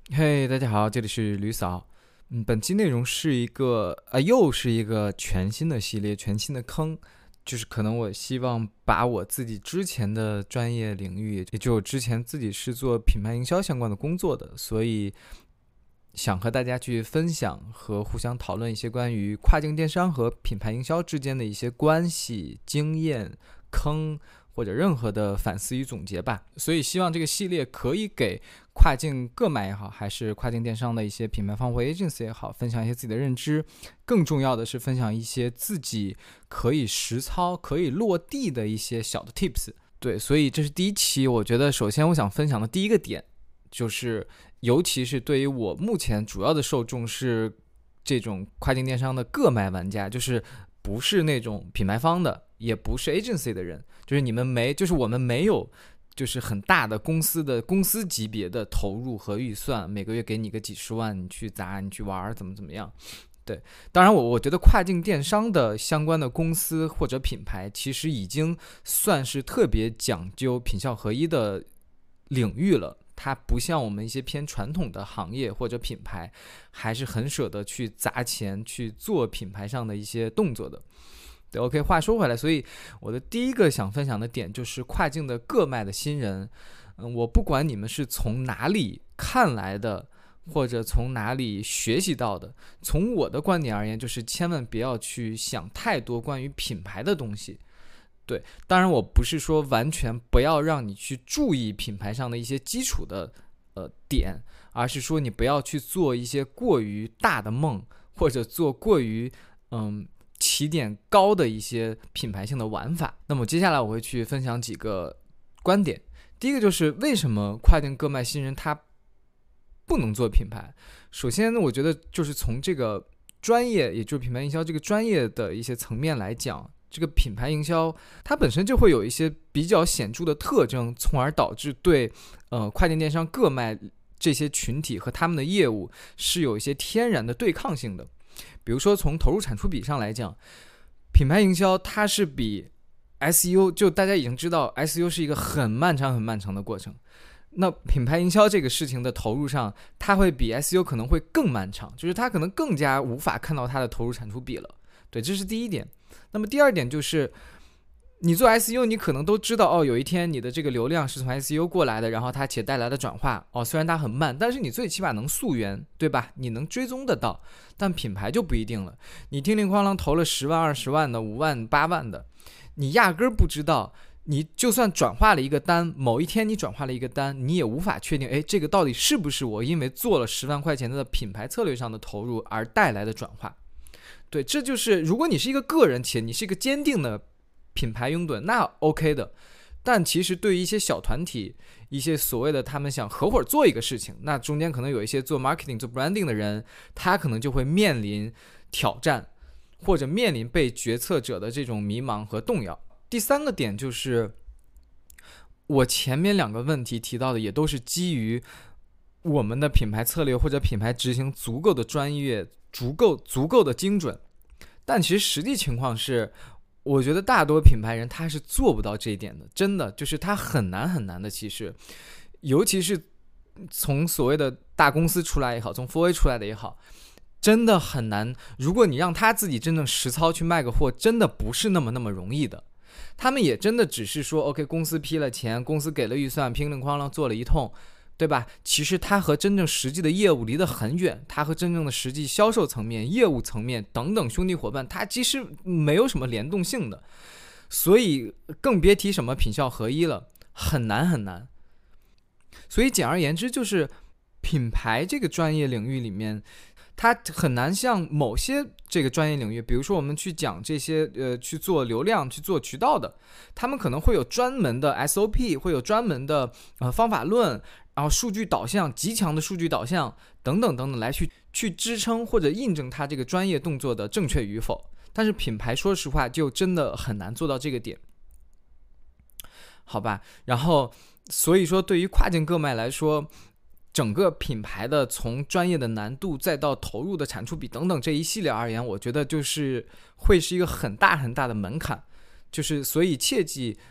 嘿，大家好，这里是吕嫂。本期内容是又是一个全新的系列，全新的坑，就是可能我希望把我自己之前的专业领域，也就我之前自己是做品牌营销相关的工作的，所以想和大家去分享和互相讨论一些关于跨境电商和品牌营销之间的一些关系、经验、坑，或者任何的反思与总结吧。所以希望这个系列可以给跨境个卖也好，还是跨境电商的一些品牌方或 agency 也好，分享一些自己的认知。更重要的是分享一些自己可以实操、可以落地的一些小的 tips。对，所以这是第一期。我觉得首先我想分享的第一个点就是，尤其是对于我目前主要的受众是这种跨境电商的个卖玩家，就是不是那种品牌方的，也不是 agency 的人，就是我们没有就是很大的公司级别的投入和预算，每个月给你个几十万，你去砸，你去玩，怎么样。对，当然我觉得跨境电商的相关的公司或者品牌，其实已经算是特别讲究品效合一的领域了。它不像我们一些偏传统的行业或者品牌，还是很舍得去砸钱去做品牌上的一些动作的。对 ，OK， 话说回来，所以我的第一个想分享的点就是跨境的个卖的新人。我不管你们是从哪里看来的，或者从哪里学习到的，从我的观点而言，就是千万不要去想太多关于品牌的东西。对，当然我不是说完全不要让你去注意品牌上的一些基础的点，而是说你不要去做一些过于大的梦，或者做过于起点高的一些品牌性的玩法。那么接下来我会去分享几个观点。第一个就是为什么跨境个卖新人他不能做品牌。首先我觉得就是从这个专业，也就是品牌营销这个专业的一些层面来讲，这个品牌营销它本身就会有一些比较显著的特征，从而导致对跨境电商个卖这些群体和他们的业务是有一些天然的对抗性的。比如说从投入产出比上来讲，品牌营销它是比 SEO， 就大家已经知道 SEO 是一个很漫长的过程，那品牌营销这个事情的投入上，它会比 SEO 可能会更漫长，就是它可能更加无法看到它的投入产出比了。对，这是第一点。那么第二点就是，你做 SEO， 你可能都知道有一天你的这个流量是从 SEO 过来的，然后它且带来的转化虽然它很慢，但是你最起码能溯源，对吧？你能追踪得到。但品牌就不一定了，你叮铃哐啷投了10万、20万的、5万、8万的，你压根不知道。你就算转化了一个单，某一天你转化了一个单，你也无法确定，这个到底是不是我因为做了10万块钱的品牌策略上的投入而带来的转化。对，这就是如果你是一个个人企业，你是一个坚定的品牌拥趸，那 OK 的。但其实对于一些小团体，一些所谓的他们想合伙做一个事情，那中间可能有一些做 marketing 做 branding 的人，他可能就会面临挑战，或者面临被决策者的这种迷茫和动摇。第三个点就是我前面2个问题提到的，也都是基于我们的品牌策略或者品牌执行足够的专业，足够的精准。但其实实际情况是，我觉得大多品牌人他是做不到这一点的，真的就是他很难的。其实尤其是从所谓的大公司出来也好，从 4A 出来的也好，真的很难。如果你让他自己真正实操去卖个货，真的不是那么容易的。他们也真的只是说 OK， 公司批了钱，公司给了预算，乒铃哐啷做了一通，对吧？其实他和真正实际的业务离得很远，他和真正的实际销售层面、业务层面等等兄弟伙伴，他其实没有什么联动性的，所以更别提什么品效合一了，很难。所以简而言之，就是品牌这个专业领域里面，它很难像某些这个专业领域，比如说我们去讲这些去做流量、去做渠道的，他们可能会有专门的 SOP， 会有专门的方法论，然后数据导向、极强的数据导向等等来去支撑或者印证它这个专业动作的正确与否。但是品牌说实话就真的很难做到这个点，好吧？然后所以说对于跨境个卖来说，整个品牌的从专业的难度再到投入的产出比等等这一系列而言，我觉得就是会是一个很大的门槛。就是所以切记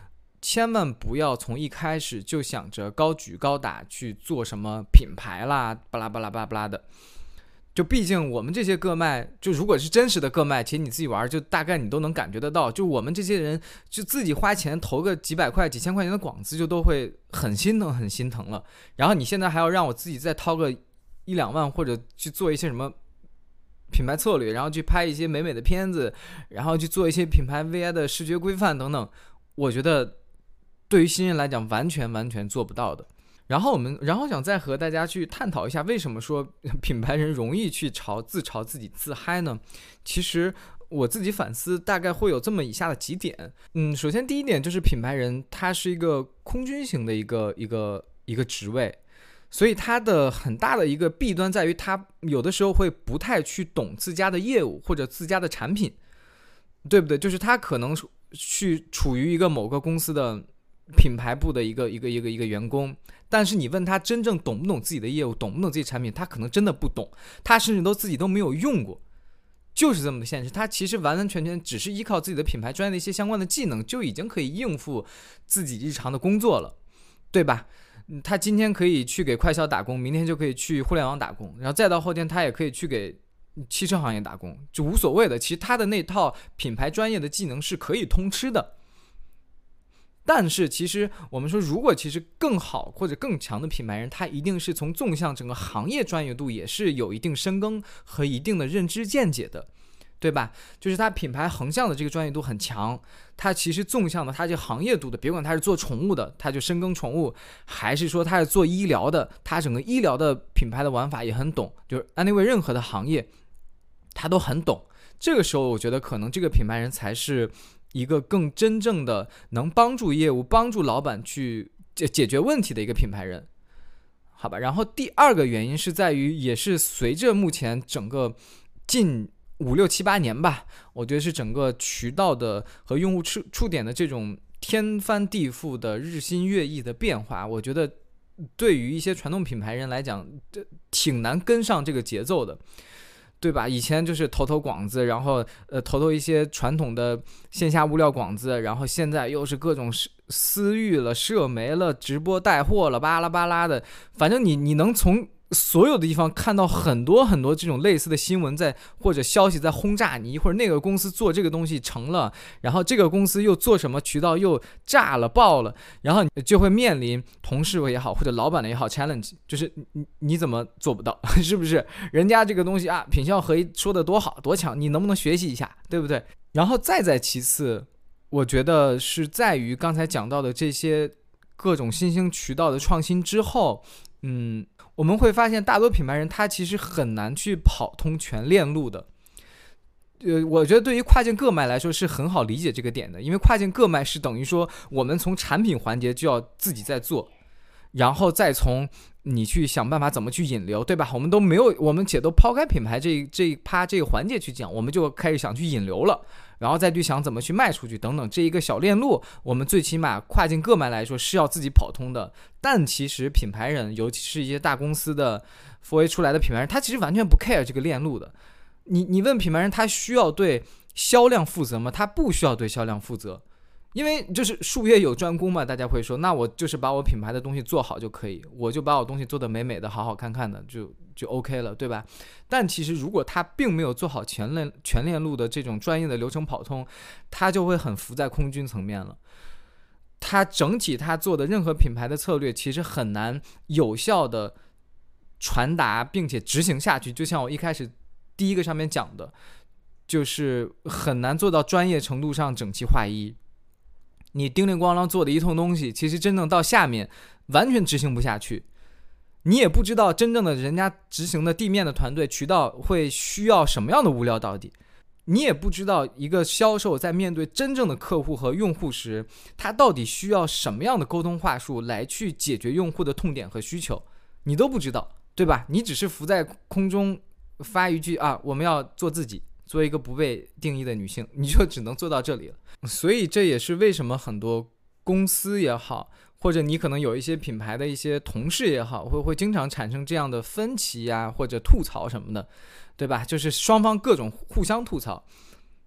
千万不要从一开始就想着高举高打去做什么品牌啦，巴拉巴拉巴拉巴拉的。就毕竟我们这些个卖，就如果是真实的个卖，其实你自己玩就大概你都能感觉得到，就我们这些人就自己花钱投个几百块几千块钱的广子就都会很心疼很心疼了，然后你现在还要让我自己再掏个一两万或者去做一些什么品牌策略，然后去拍一些美美的片子，然后去做一些品牌 VI 的视觉规范等等，我觉得对于新人来讲完全做不到的。然后想再和大家去探讨一下，为什么说品牌人容易去自嘲自己自嗨呢？其实我自己反思大概会有这么以下的几点。首先第一点就是品牌人他是一个空军型的一个职位，所以他的很大的一个弊端在于他有的时候会不太去懂自家的业务或者自家的产品，对不对？就是他可能去处于一个某个公司的品牌部的一个员工，但是你问他真正懂不懂自己的业务，懂不懂自己产品，他可能真的不懂，他甚至自己都没有用过，就是这么的现实。他其实完全只是依靠自己的品牌专业的一些相关的技能，就已经可以应付自己日常的工作了，对吧？他今天可以去给快销打工，明天就可以去互联网打工，然后再到后天他也可以去给汽车行业打工，就无所谓的。其实他的那套品牌专业的技能是可以通吃的。但是其实我们说，如果其实更好或者更强的品牌人，他一定是从纵向整个行业专业度也是有一定深耕和一定的认知见解的，对吧？就是他品牌横向的这个专业度很强，他其实纵向的他这行业度的，别管他是做宠物的，他就深耕宠物，还是说他是做医疗的，他整个医疗的品牌的玩法也很懂，就是 anyway 任何的行业他都很懂。这个时候我觉得可能这个品牌人才是一个更真正的能帮助业务帮助老板去解决问题的一个品牌人，好吧？然后第二个原因是在于，也是随着目前整个近5、6、7、8年吧，我觉得是整个渠道的和用户触点的这种天翻地覆的日新月异的变化，我觉得对于一些传统品牌人来讲挺难跟上这个节奏的，对吧？以前就是投广子，然后投一些传统的线下物料广子，然后现在又是各种私域了、社媒了、直播带货了，巴拉巴拉的，反正你能从所有的地方看到很多这种类似的新闻或者消息在轰炸你，一会儿那个公司做这个东西成了，然后这个公司又做什么渠道又炸了爆了，然后就会面临同事也好或者老板的也好 challenge， 就是你怎么做不到是不是？人家这个东西啊，品效合一说的多好多强，你能不能学习一下，对不对？然后再其次，我觉得是在于刚才讲到的这些各种新兴渠道的创新之后，我们会发现大多品牌人他其实很难去跑通全链路的。我觉得对于跨境个卖来说是很好理解这个点的，因为跨境个卖是等于说我们从产品环节就要自己在做，然后再从你去想办法怎么去引流，对吧？我们且都抛开品牌这一趴这个环节去讲，我们就开始想去引流了，然后再去想怎么去卖出去等等，这一个小链路我们最起码跨境个卖来说是要自己跑通的。但其实品牌人，尤其是一些大公司的 4A 出来的品牌人，他其实完全不 care 这个链路的。你问品牌人他需要对销量负责吗？他不需要对销量负责，因为就是术业有专攻嘛，大家会说那我就是把我品牌的东西做好就可以，我就把我东西做得美美的好好看看的就 OK 了，对吧？但其实如果他并没有做好全链路的这种专业的流程跑通，他就会很浮在空军层面了。他整体他做的任何品牌的策略其实很难有效的传达并且执行下去，就像我一开始第一个上面讲的，就是很难做到专业程度上整齐划一。你叮铃咣啷做的一通东西，其实真正到下面完全执行不下去，你也不知道真正的人家执行的地面的团队渠道会需要什么样的物料到底，你也不知道一个销售在面对真正的客户和用户时，他到底需要什么样的沟通话术来去解决用户的痛点和需求，你都不知道，对吧？你只是浮在空中发一句啊，我们要做自己，做一个不被定义的女性，你就只能做到这里了。所以这也是为什么很多公司也好，或者你可能有一些品牌的一些同事也好，会经常产生这样的分歧啊，或者吐槽什么的，对吧？就是双方各种互相吐槽。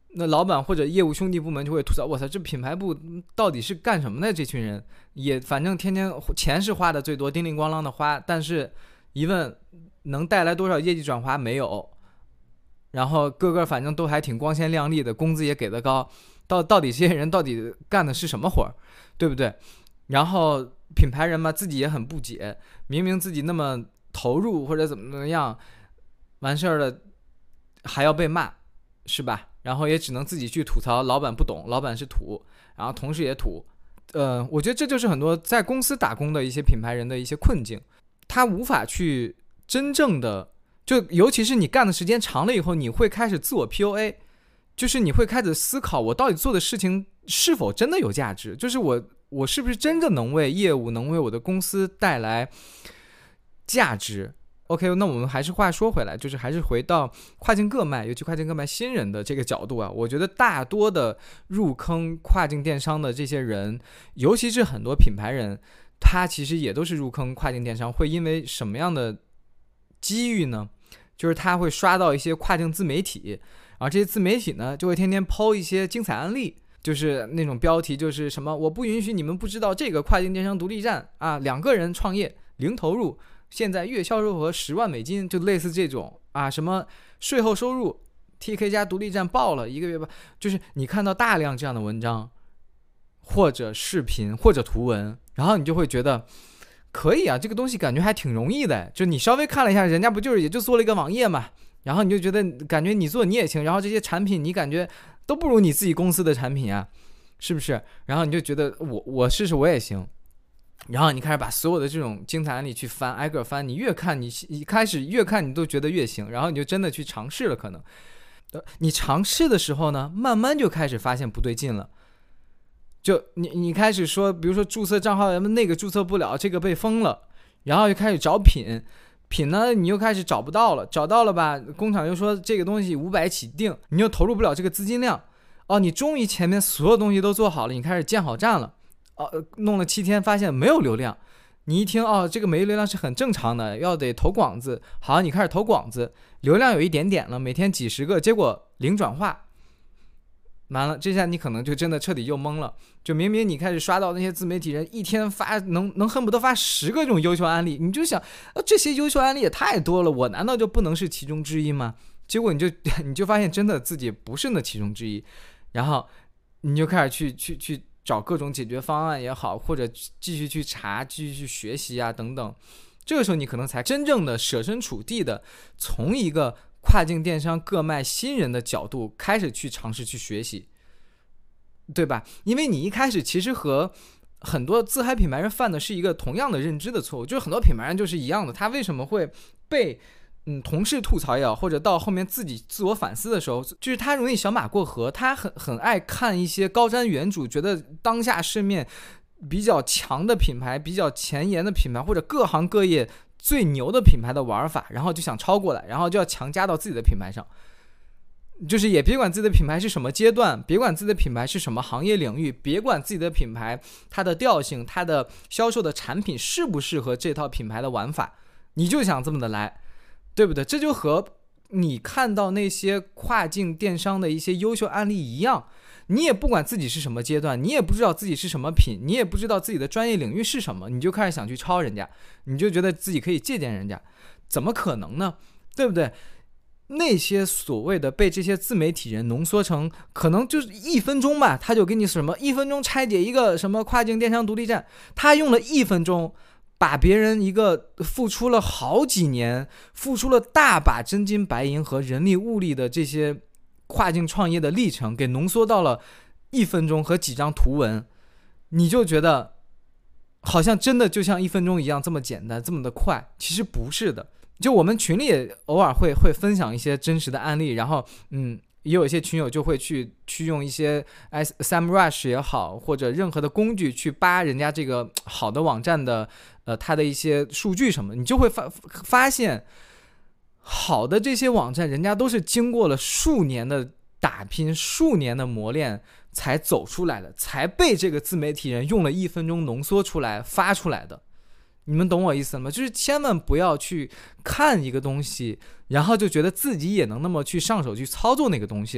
那老板或者业务兄弟部门就会吐槽，我操，这品牌部到底是干什么的？这群人也反正天天钱是花的最多，叮铃咣啷的花，但是一问能带来多少业绩转化没有，然后个个反正都还挺光鲜亮丽的，工资也给得高，到底这些人到底干的是什么活儿，对不对？然后品牌人嘛，自己也很不解，明明自己那么投入或者怎么样，完事儿了还要被骂，是吧？然后也只能自己去吐槽老板不懂，老板是土，然后同事也土。我觉得这就是很多在公司打工的一些品牌人的一些困境，他无法去真正的，就尤其是你干的时间长了以后，你会开始自我 PUA， 就是你会开始思考我到底做的事情是否真的有价值，就是我是不是真的能为业务能为我的公司带来价值。OK， 那我们还是话说回来，就是还是回到跨境各卖，尤其跨境各卖新人的这个角度啊，我觉得大多的入坑跨境电商的这些人，尤其是很多品牌人，他其实也都是入坑跨境电商，会因为什么样的机遇呢？就是他会刷到一些跨境自媒体，然后这些自媒体呢就会天天抛一些精彩案例，就是那种标题就是什么我不允许你们不知道这个跨境电商独立站啊，2个人创业零投入，现在月销售额10万美金，就类似这种啊，什么税后收入 TK 加独立站爆了1个月吧，就是你看到大量这样的文章或者视频或者图文，然后你就会觉得可以啊，这个东西感觉还挺容易的，就你稍微看了一下，人家不就是也就做了一个网页嘛，然后你就觉得感觉你做你也行，然后这些产品你感觉都不如你自己公司的产品啊，是不是？然后你就觉得我试试我也行。然后你开始把所有的这种精彩案例去翻，挨个翻，你越看你开始越看你都觉得越行，然后你就真的去尝试了。可能你尝试的时候呢，慢慢就开始发现不对劲了。就你开始说，比如说注册账号那个注册不了，这个被封了，然后就开始找品呢，你又开始找不到了，找到了吧，工厂又说这个东西500起订，你又投入不了这个资金量。哦，你终于前面所有东西都做好了，你开始建好站了。弄了7天发现没有流量，你一听这个没流量是很正常的，要得投广子。好，你开始投广子，流量有一点点了，每天几十个，结果零转化，完了，这下你可能就真的彻底又懵了。就明明你开始刷到那些自媒体人一天发能恨不得发10个这种优秀案例，你就想这些优秀案例也太多了，我难道就不能是其中之一吗？结果你就发现真的自己不是那其中之一，然后你就开始去找各种解决方案也好，或者继续去查，继续去学习啊等等。这个时候你可能才真正的设身处地的从一个跨境电商各卖新人的角度开始去尝试去学习，对吧？因为你一开始其实和很多自嗨品牌人犯的是一个同样的认知的错误，就是很多品牌人就是一样的，他为什么会被同事吐槽也好，或者到后面自己自我反思的时候，就是他容易小马过河，他很爱看一些高瞻远瞩，觉得当下市面比较强的品牌，比较前沿的品牌，或者各行各业最牛的品牌的玩法，然后就想超过来，然后就要强加到自己的品牌上。就是也别管自己的品牌是什么阶段，别管自己的品牌是什么行业领域，别管自己的品牌它的调性，它的销售的产品适不适合这套品牌的玩法，你就想这么的来，对不对？这就和你看到那些跨境电商的一些优秀案例一样，你也不管自己是什么阶段，你也不知道自己是什么品，你也不知道自己的专业领域是什么，你就开始想去抄人家，你就觉得自己可以借鉴人家，怎么可能呢？对不对？那些所谓的被这些自媒体人浓缩成可能就是1分钟吧，他就给你什么1分钟拆解一个什么跨境电商独立站，他用了1分钟把别人一个付出了好几年，付出了大把真金白银和人力物力的这些跨境创业的历程给浓缩到了1分钟和几张图文，你就觉得好像真的就像1分钟一样这么简单这么的快，其实不是的。就我们群里也偶尔会分享一些真实的案例，然后也有一些群友就会去用一些SEMrush 也好，或者任何的工具去扒人家这个好的网站的它的一些数据什么，你就会发现好的这些网站人家都是经过了数年的打拼，数年的磨练才走出来的，才被这个自媒体人用了1分钟浓缩出来发出来的。你们懂我意思吗？就是千万不要去看一个东西，然后就觉得自己也能那么去上手去操作那个东西了。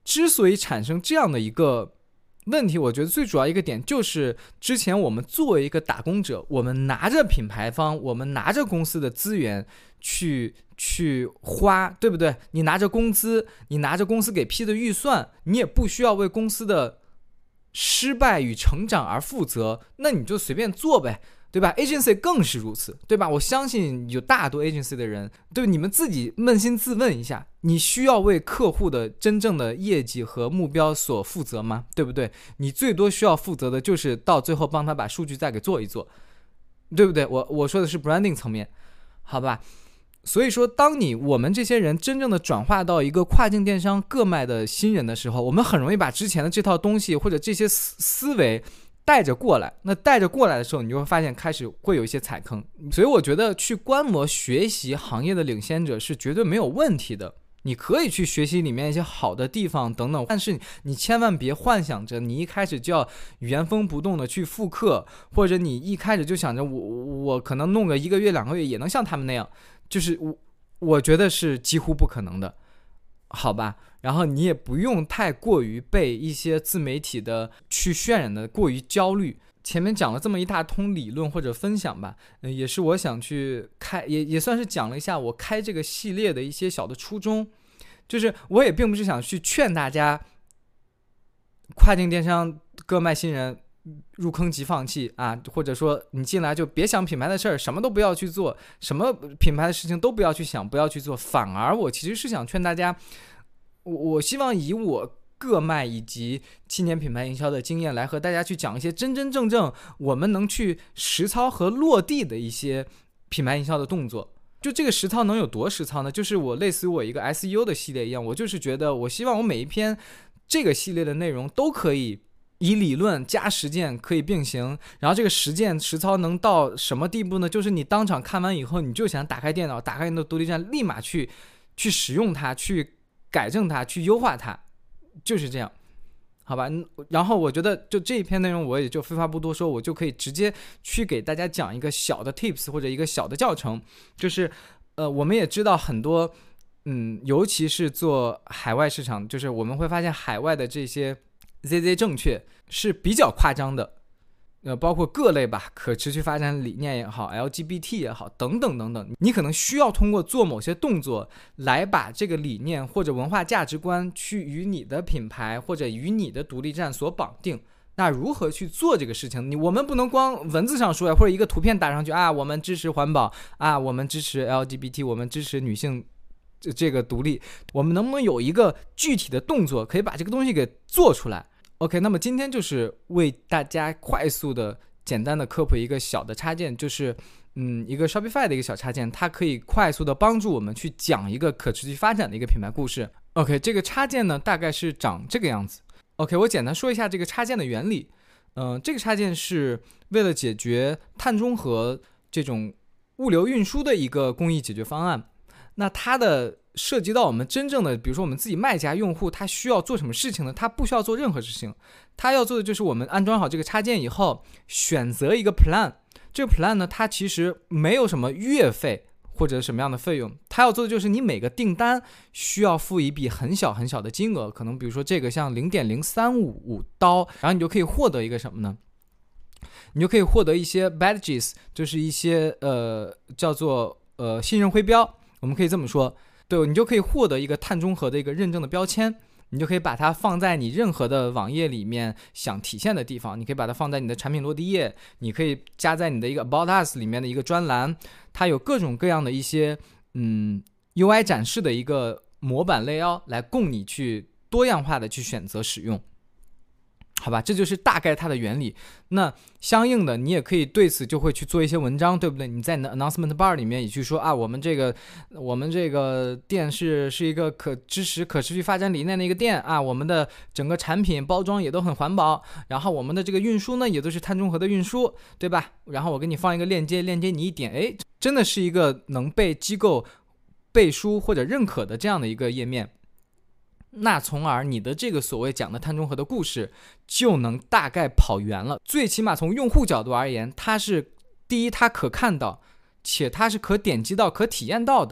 之所以产生这样的一个问题，我觉得最主要一个点就是之前我们作为一个打工者，我们拿着品牌方，我们拿着公司的资源去花，对不对？你拿着工资，你拿着公司给批的预算，你也不需要为公司的失败与成长而负责，那你就随便做呗，对吧？ agency 更是如此，对吧？我相信有大多 agency 的人，对，你们自己扪心自问一下，你需要为客户的真正的业绩和目标所负责吗？对不对？你最多需要负责的就是到最后帮他把数据再给做一做，对不对？我说的是 branding 层面，好吧？所以说当我们这些人真正的转化到一个跨境电商各卖的新人的时候，我们很容易把之前的这套东西或者这些思维带着过来，那带着过来的时候，你就会发现开始会有一些踩坑。所以我觉得去观摩学习行业的领先者是绝对没有问题的，你可以去学习里面一些好的地方等等，但是你千万别幻想着你一开始就要原封不动的去复刻，或者你一开始就想着我可能弄个1个月2个月也能像他们那样，就是我觉得是几乎不可能的，好吧？然后你也不用太过于被一些自媒体的去渲染的过于焦虑。前面讲了这么一大通理论或者分享吧，也是我想去开，也算是讲了一下我开这个系列的一些小的初衷。就是我也并不是想去劝大家跨境电商各卖新人入坑即放弃啊，或者说你进来就别想品牌的事儿，什么都不要去做，什么品牌的事情都不要去想，不要去做。反而我其实是想劝大家，我希望以我各卖以及7年品牌营销的经验来和大家去讲一些真真正正我们能去实操和落地的一些品牌营销的动作。就这个实操能有多实操呢？就是我类似于我一个 SEO 的系列一样，我就是觉得我希望我每一篇这个系列的内容都可以以理论加实践可以并行，然后这个实操能到什么地步呢？就是你当场看完以后，你就想打开电脑，打开你的独立站，立马去使用它，去改正它，去优化它，就是这样，好吧？然后我觉得就这一篇内容我也就废话不多说，我就可以直接去给大家讲一个小的 tips 或者一个小的教程。就是我们也知道很多尤其是做海外市场，就是我们会发现海外的这些 ZZ 正确是比较夸张的，包括各类吧，可持续发展理念也好， LGBT 也好，等等等等，你可能需要通过做某些动作来把这个理念或者文化价值观去与你的品牌或者与你的独立站所绑定。那如何去做这个事情？我们不能光文字上说呀，或者一个图片打上去啊，我们支持环保啊，我们支持 LGBT， 我们支持女性这个独立，我们能不能有一个具体的动作可以把这个东西给做出来？ OK， 那么今天就是为大家快速的简单的科普一个小的插件，就是一个 Shopify 的一个小插件，它可以快速的帮助我们去讲一个可持续发展的一个品牌故事。 OK， 这个插件呢大概是长这个样子。 OK， 我简单说一下这个插件的原理。这个插件是为了解决碳中和这种物流运输的一个工艺解决方案。那它的涉及到我们真正的，比如说我们自己卖家用户，他需要做什么事情呢？他不需要做任何事情，他要做的就是我们安装好这个插件以后，选择一个 plan。 这个 plan 呢，它其实没有什么月费或者什么样的费用，他要做的就是你每个订单需要付一笔很小很小的金额，可能比如说这个像 0.035刀，然后你就可以获得一个什么呢？你就可以获得一些 badges， 就是一些叫做信任徽标，我们可以这么说，对，你就可以获得一个碳中和的一个认证的标签，你就可以把它放在你任何的网页里面想体现的地方，你可以把它放在你的产品落地页，你可以加在你的一个 About Us 里面的一个专栏，它有各种各样的一些UI 展示的一个模板类腰来供你去多样化的去选择使用。好吧，这就是大概它的原理。那相应的你也可以对此就会去做一些文章，对不对？你在你的 announcement bar 里面也去说啊，我们这个店是一个支持可持续发展理念的一个店啊，我们的整个产品包装也都很环保，然后我们的这个运输呢也都是碳中和的运输，对吧？然后我给你放一个链接你一点，真的是一个能被机构背书或者认可的这样的一个页面。那从而你的这个所谓讲的碳中和的故事就能大概跑圆了。最起码从用户角度而言，它是第一，它可看到，且它是可点击到、可体验到的。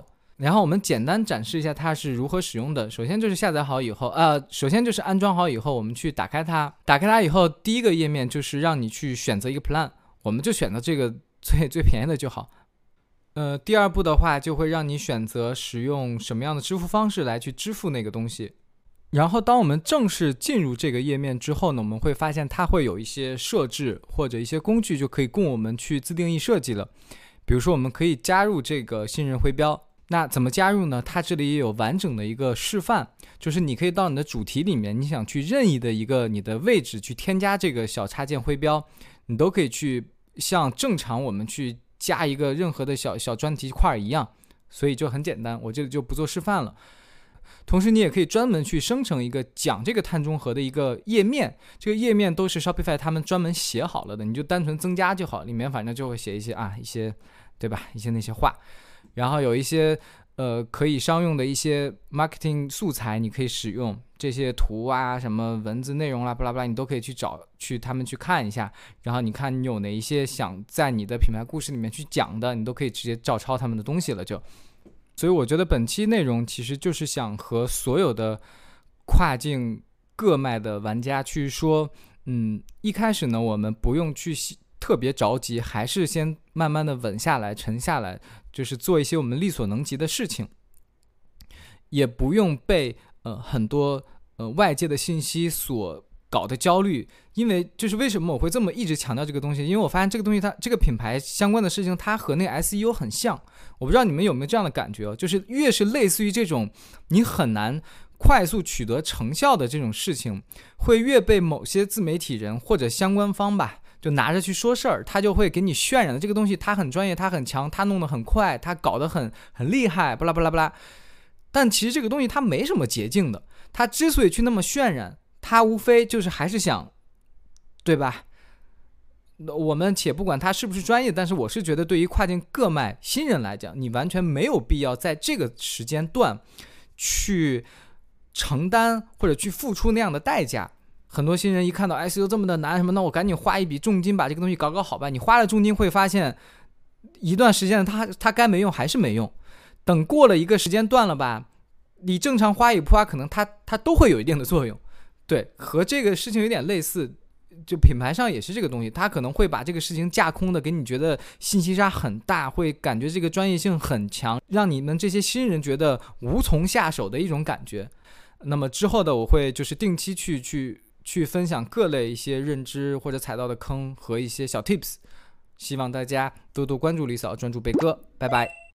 然后我们简单展示一下它是如何使用的。首先就是下载好以后，首先就是安装好以后，我们去打开它。打开它以后，第一个页面就是让你去选择一个 plan， 我们就选择这个最便宜的就好。第二步的话，就会让你选择使用什么样的支付方式来去支付那个东西。然后当我们正式进入这个页面之后呢，我们会发现它会有一些设置或者一些工具就可以供我们去自定义设计了。比如说我们可以加入这个新人徽标，那怎么加入呢？它这里也有完整的一个示范，就是你可以到你的主题里面，你想去任意的一个你的位置去添加这个小插件徽标，你都可以去像正常我们去加一个任何的小专题块一样，所以就很简单，我这里就不做示范了。同时你也可以专门去生成一个讲这个碳中和的一个页面，这个页面都是 Shopify 他们专门写好了的，你就单纯增加就好，里面反正就会写一些对吧，一些那些话，然后有一些可以商用的一些 marketing 素材你可以使用，这些图啊什么文字内容啦巴拉巴拉你都可以去找去他们去看一下，然后你看你有哪一些想在你的品牌故事里面去讲的，你都可以直接照抄他们的东西了就。所以我觉得本期内容其实就是想和所有的跨境各卖的玩家去说，一开始呢我们不用去特别着急，还是先慢慢的稳下来沉下来，就是做一些我们力所能及的事情，也不用被很多外界的信息所搞得焦虑。因为就是为什么我会这么一直强调这个东西，因为我发现这个东西它这个品牌相关的事情它和那个 SEO 很像，我不知道你们有没有这样的感觉，就是越是类似于这种你很难快速取得成效的这种事情，会越被某些自媒体人或者相关方吧就拿着去说事儿，他就会给你渲染的这个东西他很专业他很强他弄得很快他搞得很厉害巴拉巴拉巴拉，但其实这个东西它没什么捷径的，他之所以去那么渲染，他无非就是还是想，对吧？我们且不管他是不是专业，但是我是觉得对于跨境各卖新人来讲，你完全没有必要在这个时间段去承担或者去付出那样的代价。很多新人一看到 SEO 这么的难什么，那我赶紧花一笔重金把这个东西搞好吧。你花了重金会发现一段时间它该没用还是没用，等过了一个时间段了吧，你正常花一铺可能它都会有一定的作用。对，和这个事情有点类似，就品牌上也是这个东西，他可能会把这个事情架空的给你觉得信息差很大，会感觉这个专业性很强，让你们这些新人觉得无从下手的一种感觉。那么之后的我会就是定期去分享各类一些认知或者踩到的坑和一些小 tips， 希望大家多多关注李嫂，专注贝哥，拜拜。